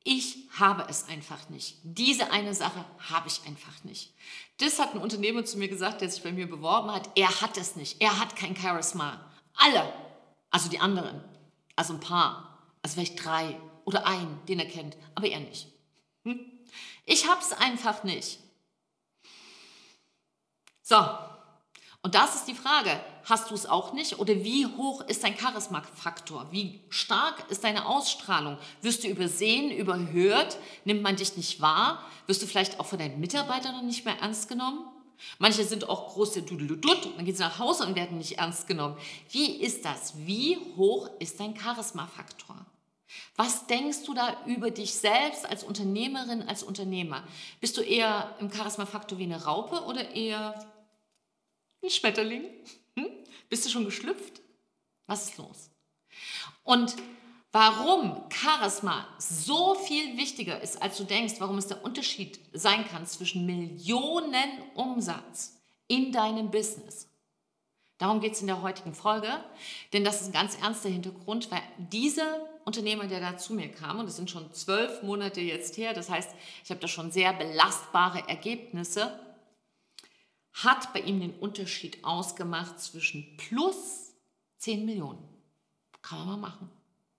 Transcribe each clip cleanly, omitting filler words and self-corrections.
Ich habe es einfach nicht. Diese eine Sache habe ich einfach nicht. Das hat ein Unternehmer zu mir gesagt, der sich bei mir beworben hat. Er hat es nicht. Er hat kein Charisma. Alle, also die anderen, also ein paar, also vielleicht 3 oder einen, den er kennt, aber er nicht. Ich habe es einfach nicht. So, und das ist die Frage. Hast du es auch nicht? Oder wie hoch ist dein Charisma-Faktor? Wie stark ist deine Ausstrahlung? Wirst du übersehen, überhört? Nimmt man dich nicht wahr? Wirst du vielleicht auch von deinen Mitarbeitern noch nicht mehr ernst genommen? Manche sind auch große Dudeludut und dann gehen sie nach Hause und werden nicht ernst genommen. Wie ist das? Wie hoch ist dein Charisma-Faktor? Was denkst du da über dich selbst als Unternehmerin, als Unternehmer? Bist du eher im Charisma-Faktor wie eine Raupe oder eher ein Schmetterling? Bist du schon geschlüpft? Was ist los? Und warum Charisma so viel wichtiger ist, als du denkst, warum es der Unterschied sein kann zwischen Millionen Umsatz in deinem Business. Darum geht es in der heutigen Folge, denn das ist ein ganz ernster Hintergrund, weil dieser Unternehmer, der da zu mir kam, und das sind schon 12 Monate jetzt her, das heißt, ich habe da schon sehr belastbare Ergebnisse, hat bei ihm den Unterschied ausgemacht zwischen plus 10 Millionen. Kann man mal machen.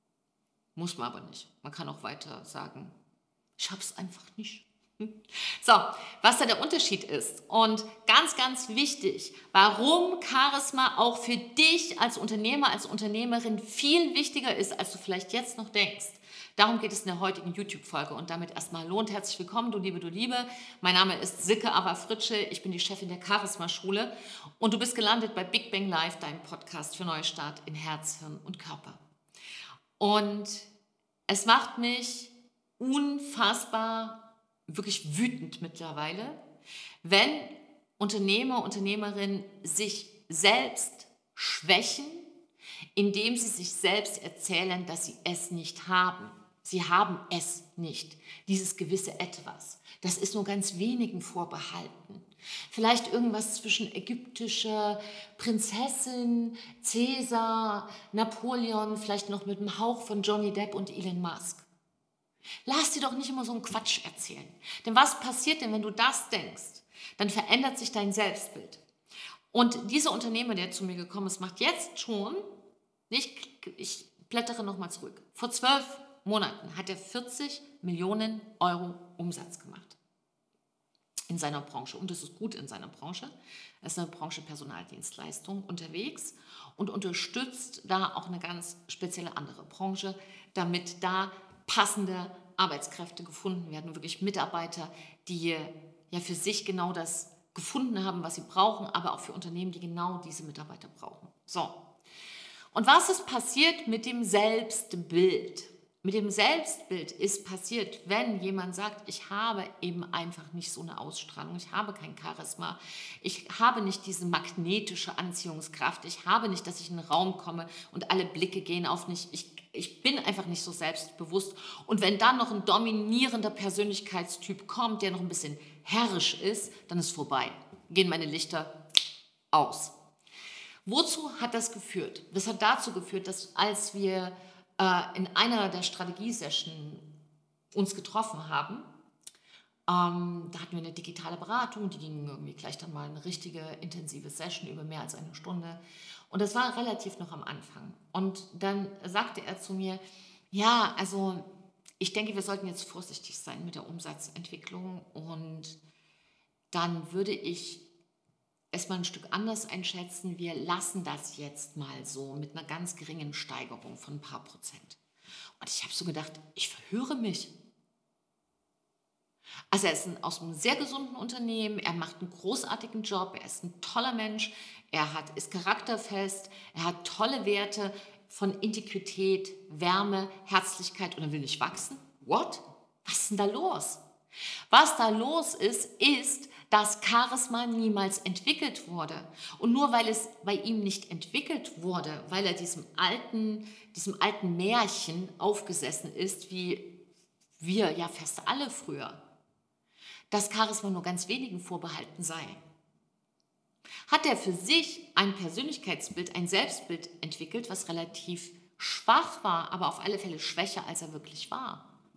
Muss man aber nicht. Man kann auch weiter sagen, ich habe es einfach nicht. So, was da der Unterschied ist und ganz, ganz wichtig, warum Charisma auch für dich als Unternehmer, als Unternehmerin viel wichtiger ist, als du vielleicht jetzt noch denkst. Darum geht es in der heutigen YouTube-Folge und damit erstmal hallo und herzlich willkommen, du Liebe, du Liebe. Mein Name ist Silke Ava-Fritsche, ich bin die Chefin der Charisma-Schule und du bist gelandet bei Big Bang Live, deinem Podcast für Neustart in Herz, Hirn und Körper. Und es macht mich unfassbar wirklich wütend mittlerweile, wenn Unternehmer, Unternehmerinnen sich selbst schwächen, indem sie sich selbst erzählen, dass sie es nicht haben. Sie haben es nicht, dieses gewisse Etwas. Das ist nur ganz wenigen vorbehalten. Vielleicht irgendwas zwischen ägyptischer Prinzessin, Cäsar, Napoleon, vielleicht noch mit einem Hauch von Johnny Depp und Elon Musk. Lass dir doch nicht immer so einen Quatsch erzählen. Denn was passiert denn, wenn du das denkst? Dann verändert sich dein Selbstbild. Und dieser Unternehmer, der zu mir gekommen ist, macht jetzt schon, ich blättere nochmal zurück, vor 12 Monaten hat er 40 Millionen Euro Umsatz gemacht in seiner Branche. Und das ist gut in seiner Branche. Er ist in der Branche Personaldienstleistung unterwegs und unterstützt da auch eine ganz spezielle andere Branche, damit da passende Arbeitskräfte gefunden werden, wirklich Mitarbeiter, die ja für sich genau das gefunden haben, was sie brauchen, aber auch für Unternehmen, die genau diese Mitarbeiter brauchen. So. Und was ist passiert mit dem Selbstbild? Mit dem Selbstbild ist passiert, wenn jemand sagt, ich habe eben einfach nicht so eine Ausstrahlung, ich habe kein Charisma, ich habe nicht diese magnetische Anziehungskraft, ich habe nicht, dass ich in einen Raum komme und alle Blicke gehen auf mich, ich bin einfach nicht so selbstbewusst. Und wenn dann noch ein dominierender Persönlichkeitstyp kommt, der noch ein bisschen herrisch ist, dann ist vorbei. Gehen meine Lichter aus. Wozu hat das geführt? Das hat dazu geführt, dass als wir in einer der Strategiesessions uns getroffen haben, da hatten wir eine digitale Beratung, die ging irgendwie gleich dann mal eine richtige intensive Session über mehr als eine Stunde. Und das war relativ noch am Anfang. Und dann sagte er zu mir, ja, also ich denke, wir sollten jetzt vorsichtig sein mit der Umsatzentwicklung und dann würde ich es mal ein Stück anders einschätzen. Wir lassen das jetzt mal so mit einer ganz geringen Steigerung von ein paar Prozent. Und ich habe so gedacht, ich verhöre mich. Also er ist aus einem sehr gesunden Unternehmen, er macht einen großartigen Job, er ist ein toller Mensch, ist charakterfest, er hat tolle Werte von Integrität, Wärme, Herzlichkeit und er will nicht wachsen. What? Was ist denn da los? Was da los ist, dass Charisma niemals entwickelt wurde. Und nur weil es bei ihm nicht entwickelt wurde, weil er diesem alten Märchen aufgesessen ist, wie wir ja fast alle früher, dass Charisma nur ganz wenigen vorbehalten sei. Hat er für sich ein Persönlichkeitsbild, ein Selbstbild entwickelt, was relativ schwach war, aber auf alle Fälle schwächer, als er wirklich war.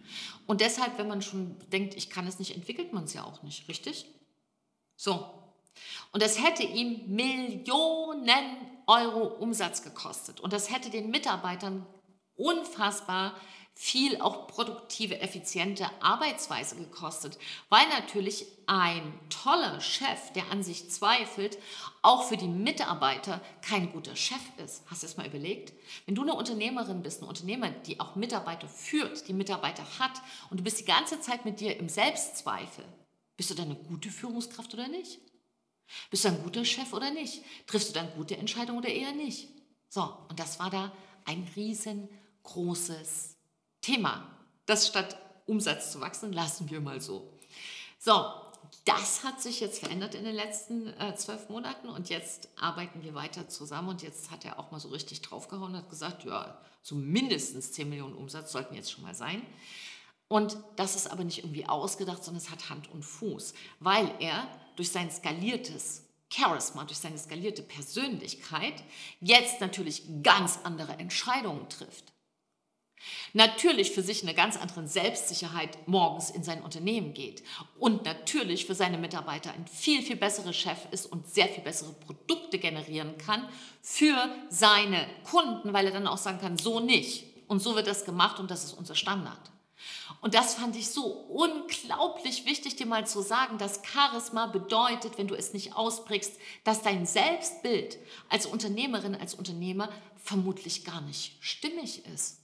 Und deshalb, wenn man schon denkt, ich kann es nicht, entwickelt man es ja auch nicht, richtig? So. Und das hätte ihm Millionen Euro Umsatz gekostet. Und das hätte den Mitarbeitern unfassbar viel auch produktive, effiziente Arbeitsweise gekostet, weil natürlich ein toller Chef, der an sich zweifelt, auch für die Mitarbeiter kein guter Chef ist. Hast du das mal überlegt? Wenn du eine Unternehmerin bist, ein Unternehmer, die auch Mitarbeiter führt, die Mitarbeiter hat und du bist die ganze Zeit mit dir im Selbstzweifel, bist du dann eine gute Führungskraft oder nicht? Bist du ein guter Chef oder nicht? Triffst du dann gute Entscheidungen oder eher nicht? So, und das war da ein riesengroßes Thema. Das statt Umsatz zu wachsen, lassen wir mal so. So, das hat sich jetzt verändert in den letzten 12 Monaten und jetzt arbeiten wir weiter zusammen und jetzt hat er auch mal so richtig draufgehauen und hat gesagt, ja, so mindestens 10 Millionen Umsatz sollten jetzt schon mal sein. Und das ist aber nicht irgendwie ausgedacht, sondern es hat Hand und Fuß, weil er durch sein skaliertes Charisma, durch seine skalierte Persönlichkeit jetzt natürlich ganz andere Entscheidungen trifft. Natürlich für sich eine ganz andere Selbstsicherheit morgens in sein Unternehmen geht und natürlich für seine Mitarbeiter ein viel, viel besserer Chef ist und sehr viel bessere Produkte generieren kann für seine Kunden, weil er dann auch sagen kann, so nicht und so wird das gemacht und das ist unser Standard. Und das fand ich so unglaublich wichtig, dir mal zu sagen, dass Charisma bedeutet, wenn du es nicht ausprägst, dass dein Selbstbild als Unternehmerin, als Unternehmer vermutlich gar nicht stimmig ist.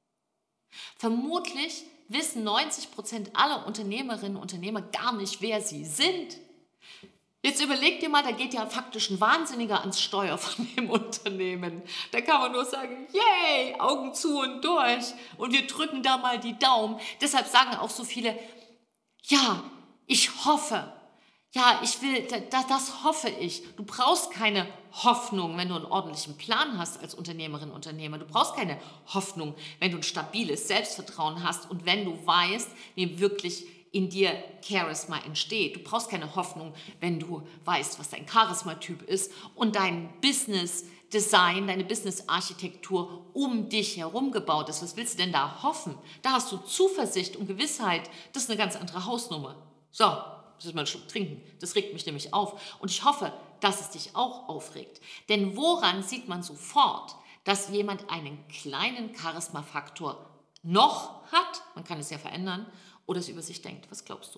Vermutlich wissen 90% aller Unternehmerinnen und Unternehmer gar nicht, wer sie sind. Jetzt überleg dir mal, da geht ja faktisch ein Wahnsinniger ans Steuer von dem Unternehmen. Da kann man nur sagen, yay, Augen zu und durch. Und wir drücken da mal die Daumen. Deshalb sagen auch so viele, ja, ich hoffe. Ja, ich will, das hoffe ich. Du brauchst keine Hoffnung, wenn du einen ordentlichen Plan hast als Unternehmerin, Unternehmer. Du brauchst keine Hoffnung, wenn du ein stabiles Selbstvertrauen hast und wenn du weißt, wie wirklich in dir Charisma entsteht. Du brauchst keine Hoffnung, wenn du weißt, was dein Charisma-Typ ist und dein Business-Design, deine Business-Architektur um dich herum gebaut ist. Was willst du denn da hoffen? Da hast du Zuversicht und Gewissheit. Das ist eine ganz andere Hausnummer. So, das ist mal einen Schluck trinken. Das regt mich nämlich auf. Und ich hoffe, dass es dich auch aufregt. Denn woran sieht man sofort, dass jemand einen kleinen Charisma-Faktor noch hat? Man kann es ja verändern. Oder es über sich denkt. Was glaubst du?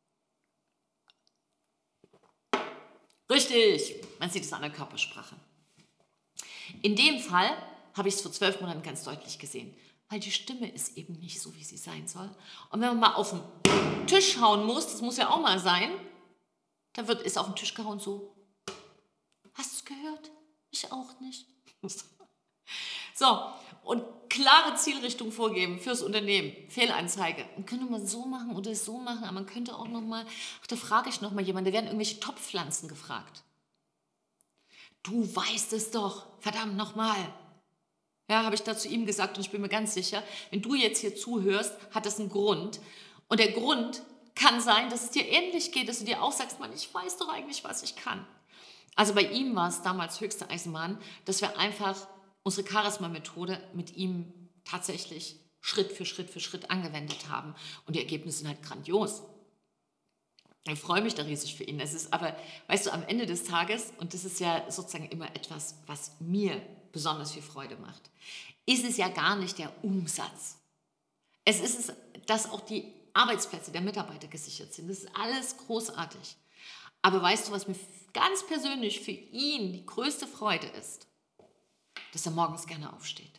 Richtig, man sieht es an der Körpersprache. In dem Fall habe ich es vor 12 Monaten ganz deutlich gesehen, weil die Stimme ist eben nicht so, wie sie sein soll. Und wenn man mal auf den Tisch hauen muss, das muss ja auch mal sein, dann ist auf den Tisch gehauen so, hast du es gehört? Ich auch nicht. So, und klare Zielrichtung vorgeben fürs Unternehmen, Fehlanzeige. Man könnte mal so machen oder so machen, aber man könnte auch nochmal, da frage ich nochmal jemanden, da werden irgendwelche Topfpflanzen gefragt. Du weißt es doch, verdammt nochmal. Ja, habe ich da zu ihm gesagt und ich bin mir ganz sicher, wenn du jetzt hier zuhörst, hat das einen Grund. Und der Grund kann sein, dass es dir ähnlich geht, dass du dir auch sagst, Mann, ich weiß doch eigentlich, was ich kann. Also bei ihm war es damals höchste Eisenbahn, dass wir einfach unsere Charisma-Methode mit ihm tatsächlich Schritt für Schritt angewendet haben. Und die Ergebnisse sind halt grandios. Ich freue mich da riesig für ihn. Es ist aber, weißt du, am Ende des Tages, und das ist ja sozusagen immer etwas, was mir besonders viel Freude macht, ist es ja gar nicht der Umsatz. Es ist es, dass auch die Arbeitsplätze der Mitarbeiter gesichert sind. Das ist alles großartig. Aber weißt du, was mir ganz persönlich für ihn die größte Freude ist? Dass er morgens gerne aufsteht.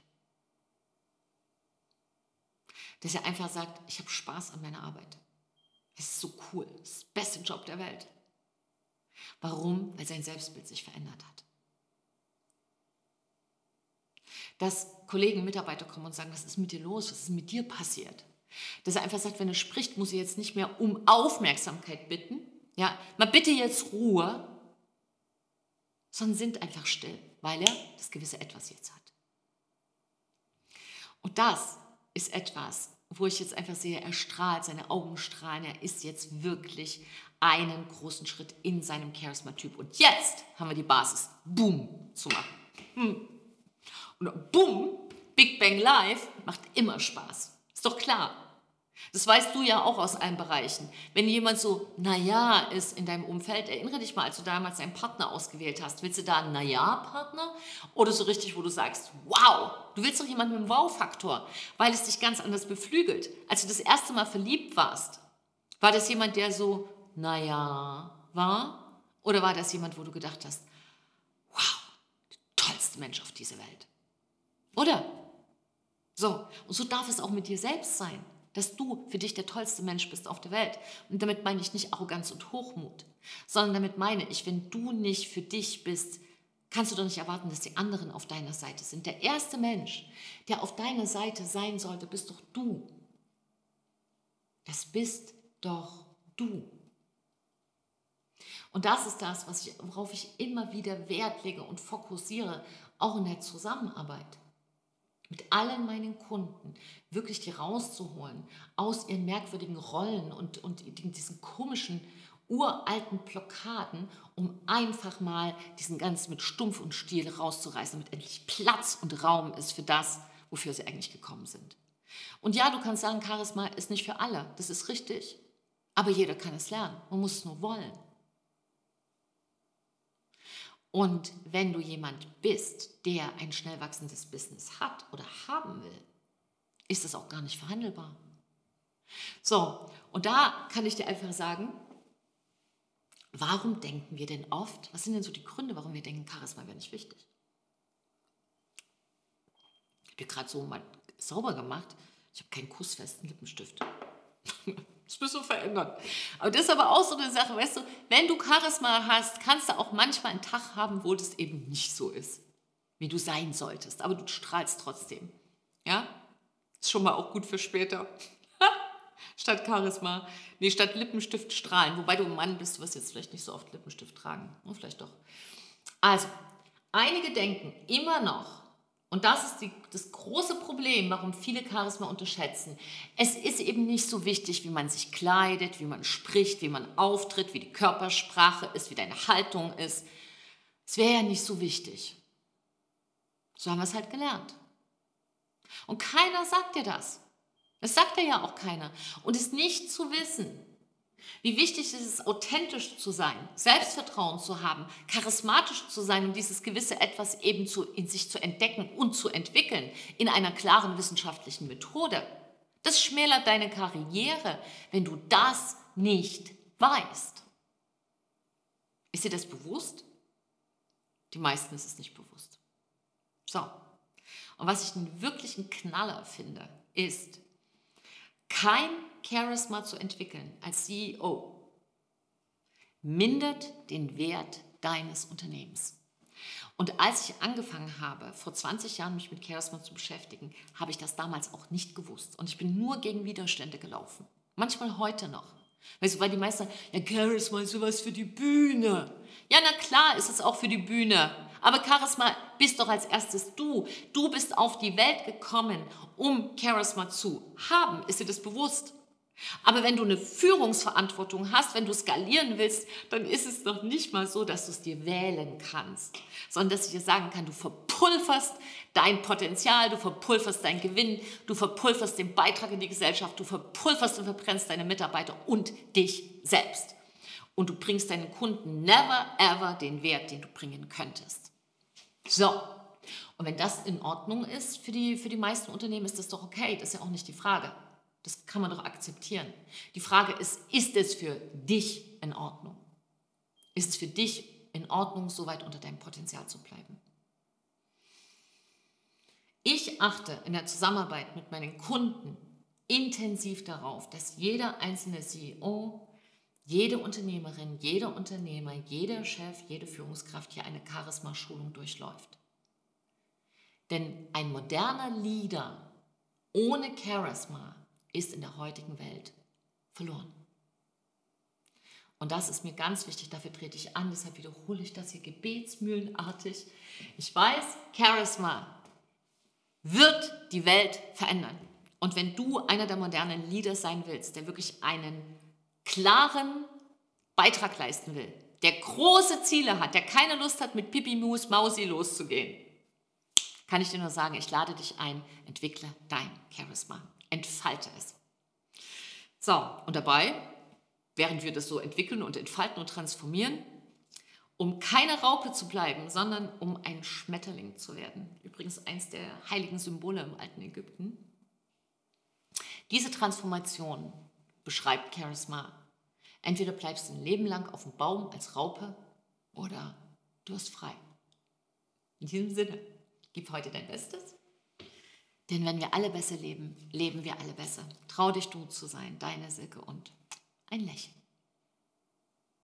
Dass er einfach sagt, ich habe Spaß an meiner Arbeit. Es ist so cool, das ist der beste Job der Welt. Warum? Weil sein Selbstbild sich verändert hat. Dass Kollegen, Mitarbeiter kommen und sagen, was ist mit dir los, was ist mit dir passiert? Dass er einfach sagt, wenn er spricht, muss er jetzt nicht mehr um Aufmerksamkeit bitten. Ja, mal bitte jetzt Ruhe, sondern sind einfach still, weil er das gewisse Etwas jetzt hat. Und das ist etwas, wo ich jetzt einfach sehe, er strahlt, seine Augen strahlen, er ist jetzt wirklich einen großen Schritt in seinem Charisma-Typ. Und jetzt haben wir die Basis, boom, zu machen. Und boom, Big Bang Live macht immer Spaß. Ist doch klar. Das weißt du ja auch aus allen Bereichen. Wenn jemand so, naja, ist in deinem Umfeld, erinnere dich mal, als du damals einen Partner ausgewählt hast. Willst du da einen Naja-Partner oder so richtig, wo du sagst, wow, du willst doch jemanden mit einem Wow-Faktor, weil es dich ganz anders beflügelt. Als du das erste Mal verliebt warst, war das jemand, der so, naja, war? Oder war das jemand, wo du gedacht hast, wow, der tollste Mensch auf dieser Welt? Oder? So, und so darf es auch mit dir selbst sein, dass du für dich der tollste Mensch bist auf der Welt. Und damit meine ich nicht Arroganz und Hochmut, sondern damit meine ich, wenn du nicht für dich bist, kannst du doch nicht erwarten, dass die anderen auf deiner Seite sind. Der erste Mensch, der auf deiner Seite sein sollte, bist doch du. Das bist doch du. Und das ist das, worauf ich immer wieder Wert lege und fokussiere, auch in der Zusammenarbeit. Mit allen meinen Kunden wirklich die rauszuholen aus ihren merkwürdigen Rollen und diesen komischen, uralten Blockaden, um einfach mal diesen ganzen mit Stumpf und Stiel rauszureißen, damit endlich Platz und Raum ist für das, wofür sie eigentlich gekommen sind. Und ja, du kannst sagen, Charisma ist nicht für alle, das ist richtig, aber jeder kann es lernen, man muss es nur wollen. Und wenn du jemand bist, der ein schnell wachsendes Business hat oder haben will, ist das auch gar nicht verhandelbar. So, und da kann ich dir einfach sagen, warum denken wir denn oft, was sind denn so die Gründe, warum wir denken, Charisma wäre nicht wichtig? Ich habe gerade so mal sauber gemacht, ich habe keinen kussfesten Lippenstift. Das müssen wir verändern. Aber das ist aber auch so eine Sache, weißt du, wenn du Charisma hast, kannst du auch manchmal einen Tag haben, wo das eben nicht so ist, wie du sein solltest. Aber du strahlst trotzdem. Ja? Ist schon mal auch gut für später. Statt Charisma, statt Lippenstift strahlen. Wobei du ein Mann bist, du wirst jetzt vielleicht nicht so oft Lippenstift tragen. Vielleicht doch. Also, einige denken immer noch, und das ist das große Problem, warum viele Charisma unterschätzen. Es ist eben nicht so wichtig, wie man sich kleidet, wie man spricht, wie man auftritt, wie die Körpersprache ist, wie deine Haltung ist. Es wäre ja nicht so wichtig. So haben wir es halt gelernt. Und keiner sagt dir das. Das sagt dir ja auch keiner. Und es nicht zu wissen, wie wichtig es ist, authentisch zu sein, Selbstvertrauen zu haben, charismatisch zu sein und dieses gewisse Etwas eben in sich zu entdecken und zu entwickeln in einer klaren wissenschaftlichen Methode. Das schmälert deine Karriere, wenn du das nicht weißt. Ist dir das bewusst? Die meisten ist es nicht bewusst. So, und was ich einen wirklichen Knaller finde, ist, kein Charisma zu entwickeln als CEO mindert den Wert deines Unternehmens. Und als ich angefangen habe, vor 20 Jahren mich mit Charisma zu beschäftigen, habe ich das damals auch nicht gewusst. Und ich bin nur gegen Widerstände gelaufen. Manchmal heute noch. Weißt du, weil die meisten sagen, ja, Charisma ist sowas für die Bühne. Ja, na klar ist es auch für die Bühne. Aber Charisma bist doch als erstes du. Du bist auf die Welt gekommen, um Charisma zu haben. Ist dir das bewusst? Aber wenn du eine Führungsverantwortung hast, wenn du skalieren willst, dann ist es noch nicht mal so, dass du es dir wählen kannst, sondern dass ich dir sagen kann, du verpulverst dein Potenzial, du verpulverst deinen Gewinn, du verpulverst den Beitrag in die Gesellschaft, du verpulverst und verbrennst deine Mitarbeiter und dich selbst. Und du bringst deinen Kunden never ever den Wert, den du bringen könntest. So, und wenn das in Ordnung ist für die meisten Unternehmen, ist das doch okay, das ist ja auch nicht die Frage. Das kann man doch akzeptieren. Die Frage ist es für dich in Ordnung? Ist es für dich in Ordnung, so weit unter deinem Potenzial zu bleiben? Ich achte in der Zusammenarbeit mit meinen Kunden intensiv darauf, dass jeder einzelne CEO, jede Unternehmerin, jeder Unternehmer, jeder Chef, jede Führungskraft hier eine Charisma-Schulung durchläuft. Denn ein moderner Leader ohne Charisma ist in der heutigen Welt verloren. Und das ist mir ganz wichtig, dafür trete ich an, deshalb wiederhole ich das hier gebetsmühlenartig. Ich weiß, Charisma wird die Welt verändern. Und wenn du einer der modernen Leader sein willst, der wirklich einen klaren Beitrag leisten will, der große Ziele hat, der keine Lust hat, mit Pipi Mus Mausi loszugehen, kann ich dir nur sagen, ich lade dich ein, entwickle dein Charisma, entfalte es. So, und dabei, während wir das so entwickeln und entfalten und transformieren, um keine Raupe zu bleiben, sondern um ein Schmetterling zu werden. Übrigens eins der heiligen Symbole im alten Ägypten. Diese Transformation beschreibt Charisma. Entweder bleibst du ein Leben lang auf dem Baum als Raupe oder du wirst frei. In diesem Sinne, gib heute dein Bestes. Denn wenn wir alle besser leben, leben wir alle besser. Trau dich, du zu sein, deine Silke und ein Lächeln.